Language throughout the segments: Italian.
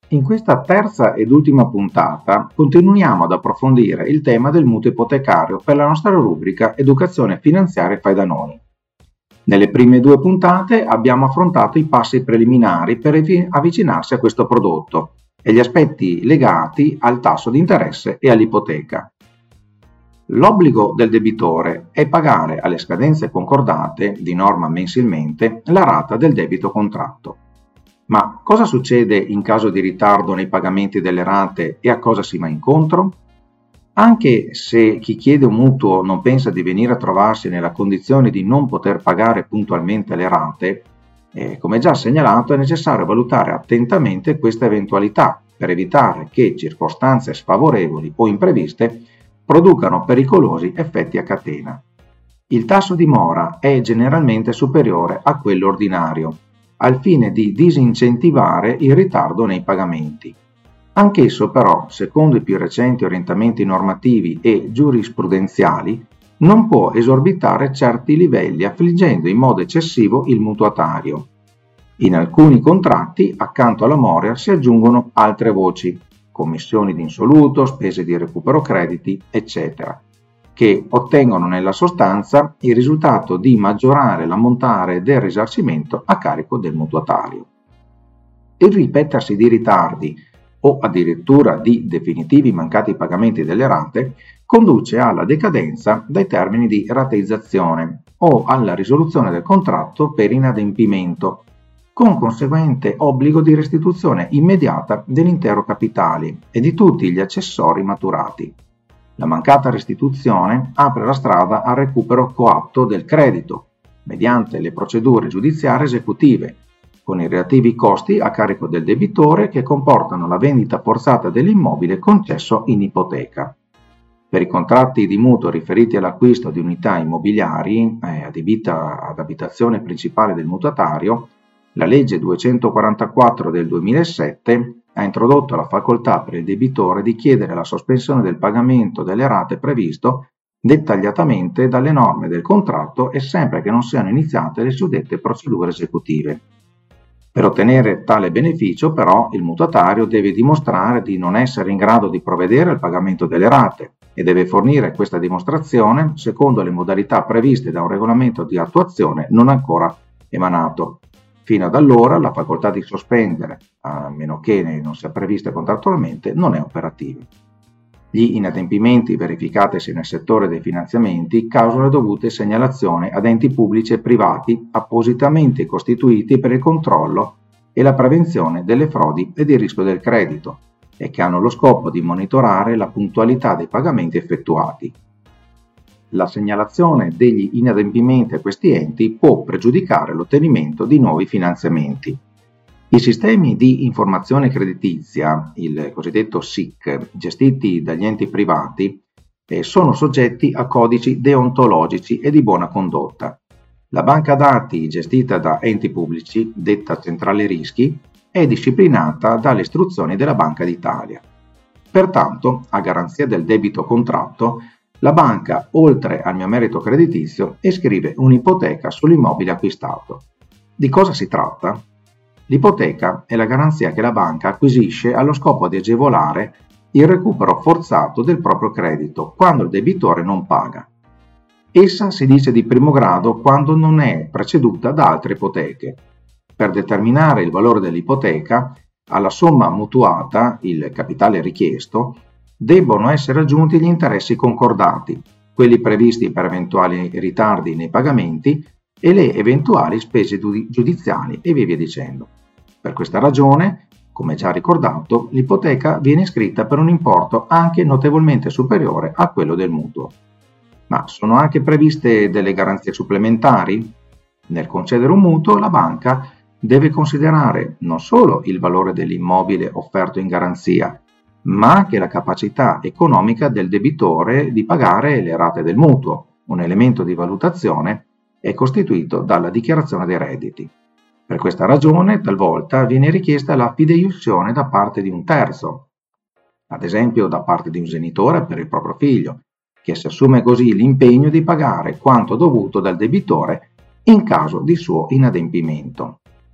In questa terza ed ultima puntata continuiamo ad approfondire il tema del mutuo ipotecario per la nostra rubrica Educazione finanziaria fai da noi. Nelle prime due puntate abbiamo affrontato i passi preliminari per avvicinarsi a questo prodotto e gli aspetti legati al tasso di interesse e all'ipoteca. L'obbligo del debitore è pagare alle scadenze concordate, di norma mensilmente, la rata del debito contratto. Ma cosa succede in caso di ritardo nei pagamenti delle rate e a cosa si va incontro? Anche se chi chiede un mutuo non pensa di venire a trovarsi nella condizione di non poter pagare puntualmente le rate, come già segnalato è necessario valutare attentamente questa eventualità per evitare che circostanze sfavorevoli o impreviste producano pericolosi effetti a catena. Il tasso di mora è generalmente superiore a quello ordinario, al fine di disincentivare il ritardo nei pagamenti. Anch'esso però, secondo i più recenti orientamenti normativi e giurisprudenziali, non può esorbitare certi livelli affliggendo in modo eccessivo il mutuatario. In alcuni contratti, accanto alla mora, si aggiungono altre voci, commissioni di insoluto, spese di recupero crediti, eccetera, che ottengono nella sostanza il risultato di maggiorare l'ammontare del risarcimento a carico del mutuatario. Il ripetersi di ritardi o addirittura di definitivi mancati pagamenti delle rate conduce alla decadenza dai termini di rateizzazione o alla risoluzione del contratto per inadempimento, con conseguente obbligo di restituzione immediata dell'intero capitale e di tutti gli accessori maturati. La mancata restituzione apre la strada al recupero coatto del credito, mediante le procedure giudiziarie esecutive, con i relativi costi a carico del debitore che comportano la vendita forzata dell'immobile concesso in ipoteca. Per i contratti di mutuo riferiti all'acquisto di unità immobiliari adibita ad abitazione principale del mutuatario, la legge 244 del 2007 ha introdotto la facoltà per il debitore di chiedere la sospensione del pagamento delle rate previsto dettagliatamente dalle norme del contratto e sempre che non siano iniziate le suddette procedure esecutive. Per ottenere tale beneficio, però, il mutuatario deve dimostrare di non essere in grado di provvedere al pagamento delle rate e deve fornire questa dimostrazione secondo le modalità previste da un regolamento di attuazione non ancora emanato. Fino ad allora la facoltà di sospendere, a meno che non sia prevista contrattualmente, non è operativa. Gli inadempimenti verificatisi nel settore dei finanziamenti causano le dovute segnalazioni ad enti pubblici e privati appositamente costituiti per il controllo e la prevenzione delle frodi e del rischio del credito e che hanno lo scopo di monitorare la puntualità dei pagamenti effettuati. La segnalazione degli inadempimenti a questi enti può pregiudicare l'ottenimento di nuovi finanziamenti. I sistemi di informazione creditizia, il cosiddetto SIC, gestiti dagli enti privati, sono soggetti a codici deontologici e di buona condotta. La banca dati gestita da enti pubblici, detta centrale rischi, è disciplinata dalle istruzioni della Banca d'Italia. Pertanto, a garanzia del debito contratto, la banca, oltre al mio merito creditizio, iscrive un'ipoteca sull'immobile acquistato. Di cosa si tratta? L'ipoteca è la garanzia che la banca acquisisce allo scopo di agevolare il recupero forzato del proprio credito quando il debitore non paga. Essa si dice di primo grado quando non è preceduta da altre ipoteche. Per determinare il valore dell'ipoteca, alla somma mutuata, il capitale richiesto, debbono essere aggiunti gli interessi concordati, quelli previsti per eventuali ritardi nei pagamenti e le eventuali spese giudiziali e via dicendo. Per questa ragione, come già ricordato, l'ipoteca viene iscritta per un importo anche notevolmente superiore a quello del mutuo. Ma sono anche previste delle garanzie supplementari? Nel concedere un mutuo, la banca deve considerare non solo il valore dell'immobile offerto in garanzia, ma anche la capacità economica del debitore di pagare le rate del mutuo. Un elemento di valutazione è costituito dalla dichiarazione dei redditi. Per questa ragione, talvolta viene richiesta la fideiussione da parte di un terzo, ad esempio da parte di un genitore per il proprio figlio, che si assume così l'impegno di pagare quanto dovuto dal debitore in caso di suo inadempimento.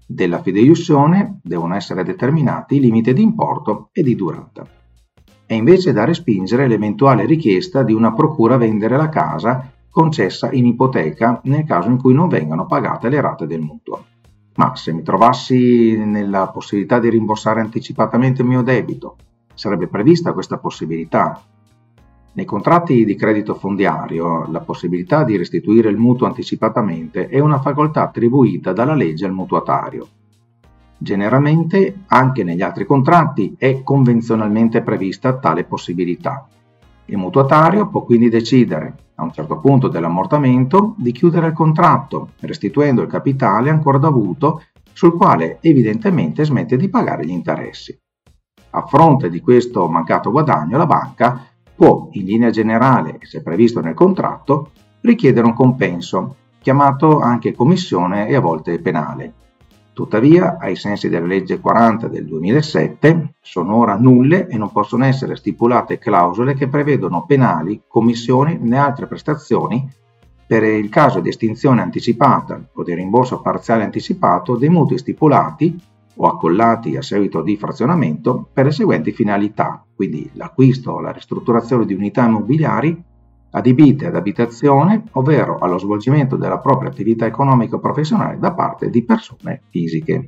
della fideiussione devono essere determinati i limiti di importo e di durata. È invece da respingere l'eventuale richiesta di una procura a vendere la casa concessa in ipoteca nel caso in cui non vengano pagate le rate del mutuo. Ma se mi trovassi nella possibilità di rimborsare anticipatamente il mio debito, sarebbe prevista questa possibilità? Nei contratti di credito fondiario, la possibilità di restituire il mutuo anticipatamente è una facoltà attribuita dalla legge al mutuatario. Generalmente, anche negli altri contratti, è convenzionalmente prevista tale possibilità. Il mutuatario può quindi decidere, a un certo punto dell'ammortamento, di chiudere il contratto, restituendo il capitale ancora dovuto, sul quale evidentemente smette di pagare gli interessi. A fronte di questo mancato guadagno, la banca può, in linea generale e se previsto nel contratto, richiedere un compenso, chiamato anche commissione e a volte penale. Tuttavia, ai sensi della legge 40 del 2007, sono ora nulle e non possono essere stipulate clausole che prevedono penali, commissioni né altre prestazioni per il caso di estinzione anticipata o di rimborso parziale anticipato dei mutui stipulati o accollati a seguito di frazionamento per le seguenti finalità, quindi l'acquisto o la ristrutturazione di unità immobiliari adibite ad abitazione, ovvero allo svolgimento della propria attività economica o professionale da parte di persone fisiche.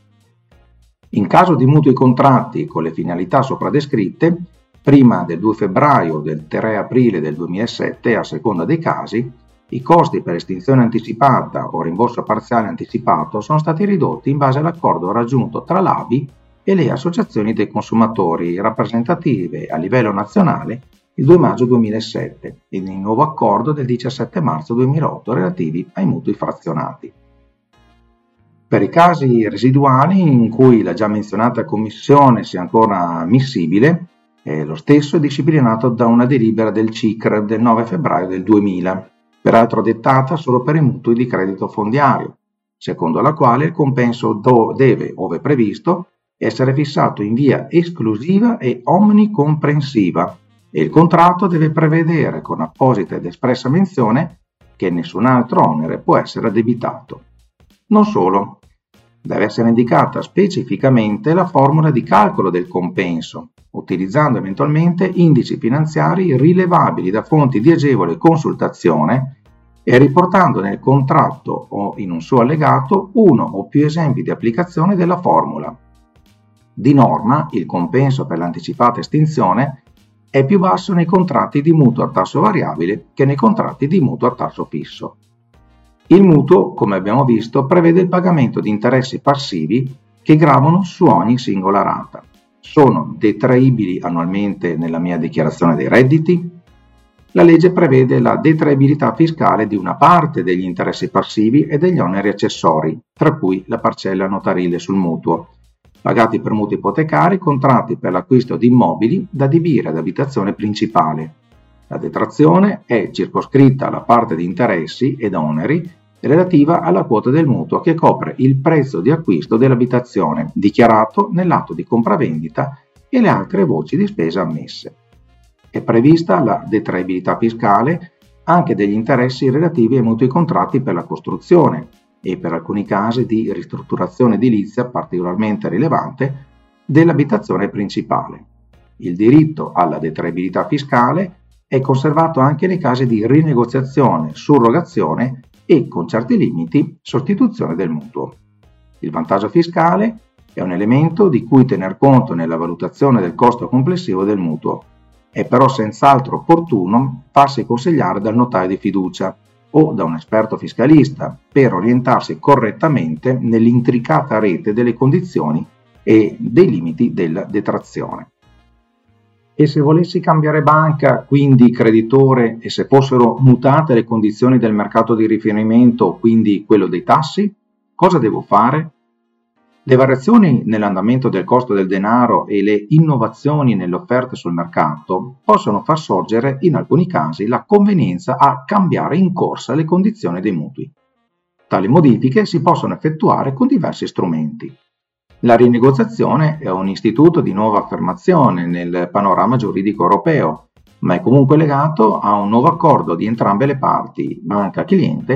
In caso di mutui contratti con le finalità sopra descritte, prima del 2 febbraio o del 3 aprile del 2007, a seconda dei casi, i costi per estinzione anticipata o rimborso parziale anticipato sono stati ridotti in base all'accordo raggiunto tra l'ABI e le associazioni dei consumatori rappresentative a livello nazionale il 2 maggio 2007 e il nuovo accordo del 17 marzo 2008 relativi ai mutui frazionati. Per i casi residuali in cui la già menzionata commissione sia ancora ammissibile, lo stesso è disciplinato da una delibera del CICR del 9 febbraio del 2000, peraltro dettata solo per i mutui di credito fondiario, secondo la quale il compenso deve, ove previsto, essere fissato in via esclusiva e omnicomprensiva e il contratto deve prevedere con apposita ed espressa menzione che nessun altro onere può essere addebitato. Non solo, deve essere indicata specificamente la formula di calcolo del compenso, utilizzando eventualmente indici finanziari rilevabili da fonti di agevole consultazione e riportando nel contratto o in un suo allegato uno o più esempi di applicazione della formula. Di norma, il compenso per l'anticipata estinzione è più basso nei contratti di mutuo a tasso variabile che nei contratti di mutuo a tasso fisso. Il mutuo, come abbiamo visto, prevede il pagamento di interessi passivi che gravano su ogni singola rata. Sono detraibili annualmente nella mia dichiarazione dei redditi? La legge prevede la detraibilità fiscale di una parte degli interessi passivi e degli oneri accessori, tra cui la parcella notarile sul mutuo, pagati per mutui ipotecari, contratti per l'acquisto di immobili da adibire ad abitazione principale. La detrazione è circoscritta alla parte di interessi ed oneri relativa alla quota del mutuo che copre il prezzo di acquisto dell'abitazione dichiarato nell'atto di compravendita e le altre voci di spesa ammesse. È prevista la detraibilità fiscale anche degli interessi relativi ai mutui contratti per la costruzione e per alcuni casi di ristrutturazione edilizia particolarmente rilevante dell'abitazione principale. Il diritto alla detraibilità fiscale è conservato anche nei casi di rinegoziazione, surrogazione e, con certi limiti, sostituzione del mutuo. Il vantaggio fiscale è un elemento di cui tener conto nella valutazione del costo complessivo del mutuo. È però senz'altro opportuno farsi consigliare dal notaio di fiducia o da un esperto fiscalista per orientarsi correttamente nell'intricata rete delle condizioni e dei limiti della detrazione. E se volessi cambiare banca, quindi creditore, e se fossero mutate le condizioni del mercato di riferimento, quindi quello dei tassi, cosa devo fare? Le variazioni nell'andamento del costo del denaro e le innovazioni nelle offerte sul mercato possono far sorgere in alcuni casi la convenienza a cambiare in corsa le condizioni dei mutui. Tali modifiche si possono effettuare con diversi strumenti. La rinegoziazione è un istituto di nuova affermazione nel panorama giuridico europeo, ma è comunque legato a un nuovo accordo di entrambe le parti, banca-cliente,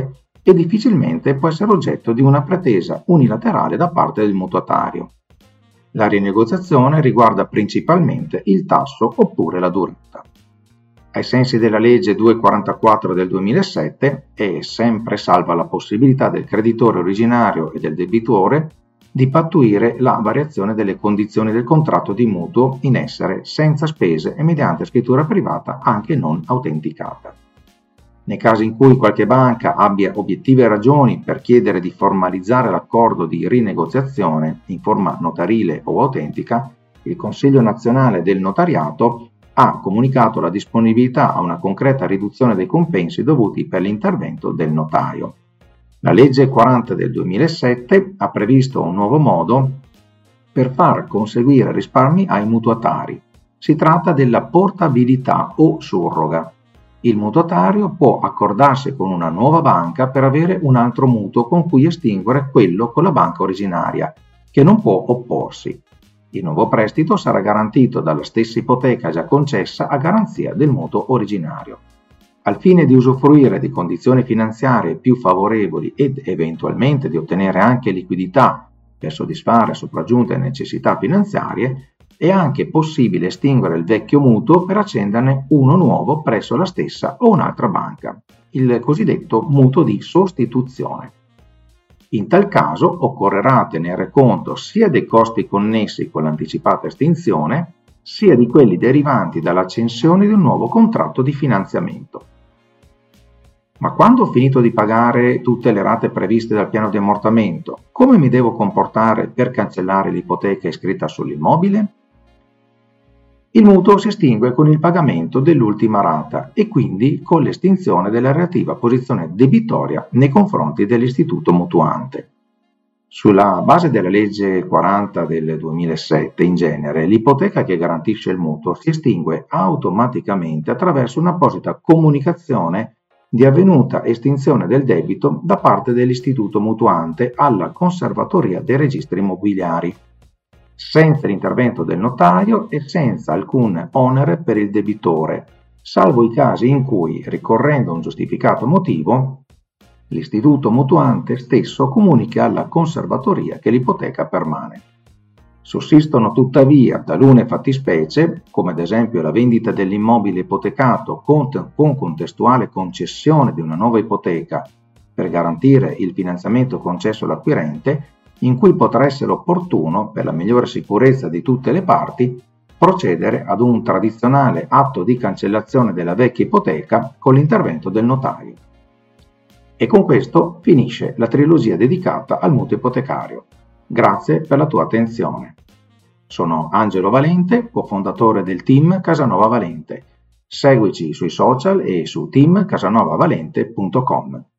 e difficilmente può essere oggetto di una pretesa unilaterale da parte del mutuatario. La rinegoziazione riguarda principalmente il tasso oppure la durata. Ai sensi della legge 244 del 2007 è sempre salva la possibilità del creditore originario e del debitore di pattuire la variazione delle condizioni del contratto di mutuo in essere senza spese e mediante scrittura privata anche non autenticata. Nei casi in cui qualche banca abbia obiettive ragioni per chiedere di formalizzare l'accordo di rinegoziazione in forma notarile o autentica, il Consiglio nazionale del notariato ha comunicato la disponibilità a una concreta riduzione dei compensi dovuti per l'intervento del notaio. La legge 40 del 2007 ha previsto un nuovo modo per far conseguire risparmi ai mutuatari. Si tratta della portabilità o surroga. Il mutuatario può accordarsi con una nuova banca per avere un altro mutuo con cui estinguere quello con la banca originaria, che non può opporsi. Il nuovo prestito sarà garantito dalla stessa ipoteca già concessa a garanzia del mutuo originario. Al fine di usufruire di condizioni finanziarie più favorevoli ed eventualmente di ottenere anche liquidità per soddisfare sopraggiunte necessità finanziarie, è anche possibile estinguere il vecchio mutuo per accenderne uno nuovo presso la stessa o un'altra banca, il cosiddetto mutuo di sostituzione. In tal caso occorrerà tenere conto sia dei costi connessi con l'anticipata estinzione, sia di quelli derivanti dall'accensione di un nuovo contratto di finanziamento. Ma quando ho finito di pagare tutte le rate previste dal piano di ammortamento, come mi devo comportare per cancellare l'ipoteca iscritta sull'immobile? Il mutuo si estingue con il pagamento dell'ultima rata e quindi con l'estinzione della relativa posizione debitoria nei confronti dell'istituto mutuante. Sulla base della legge 40 del 2007, in genere, l'ipoteca che garantisce il mutuo si estingue automaticamente attraverso un'apposita comunicazione di avvenuta estinzione del debito da parte dell'istituto mutuante alla Conservatoria dei Registri Immobiliari, senza l'intervento del notaio e senza alcun onere per il debitore, salvo i casi in cui, ricorrendo a un giustificato motivo, l'istituto mutuante stesso comunica alla Conservatoria che l'ipoteca permane. Sussistono tuttavia talune fattispecie, come ad esempio la vendita dell'immobile ipotecato con contestuale concessione di una nuova ipoteca per garantire il finanziamento concesso all'acquirente, in cui potrà essere opportuno, per la migliore sicurezza di tutte le parti, procedere ad un tradizionale atto di cancellazione della vecchia ipoteca con l'intervento del notaio. E con questo finisce la trilogia dedicata al mutuo ipotecario. Grazie per la tua attenzione. Sono Angelo Valente, cofondatore del team Casanova Valente. Seguici sui social e su teamcasanovavalente.com.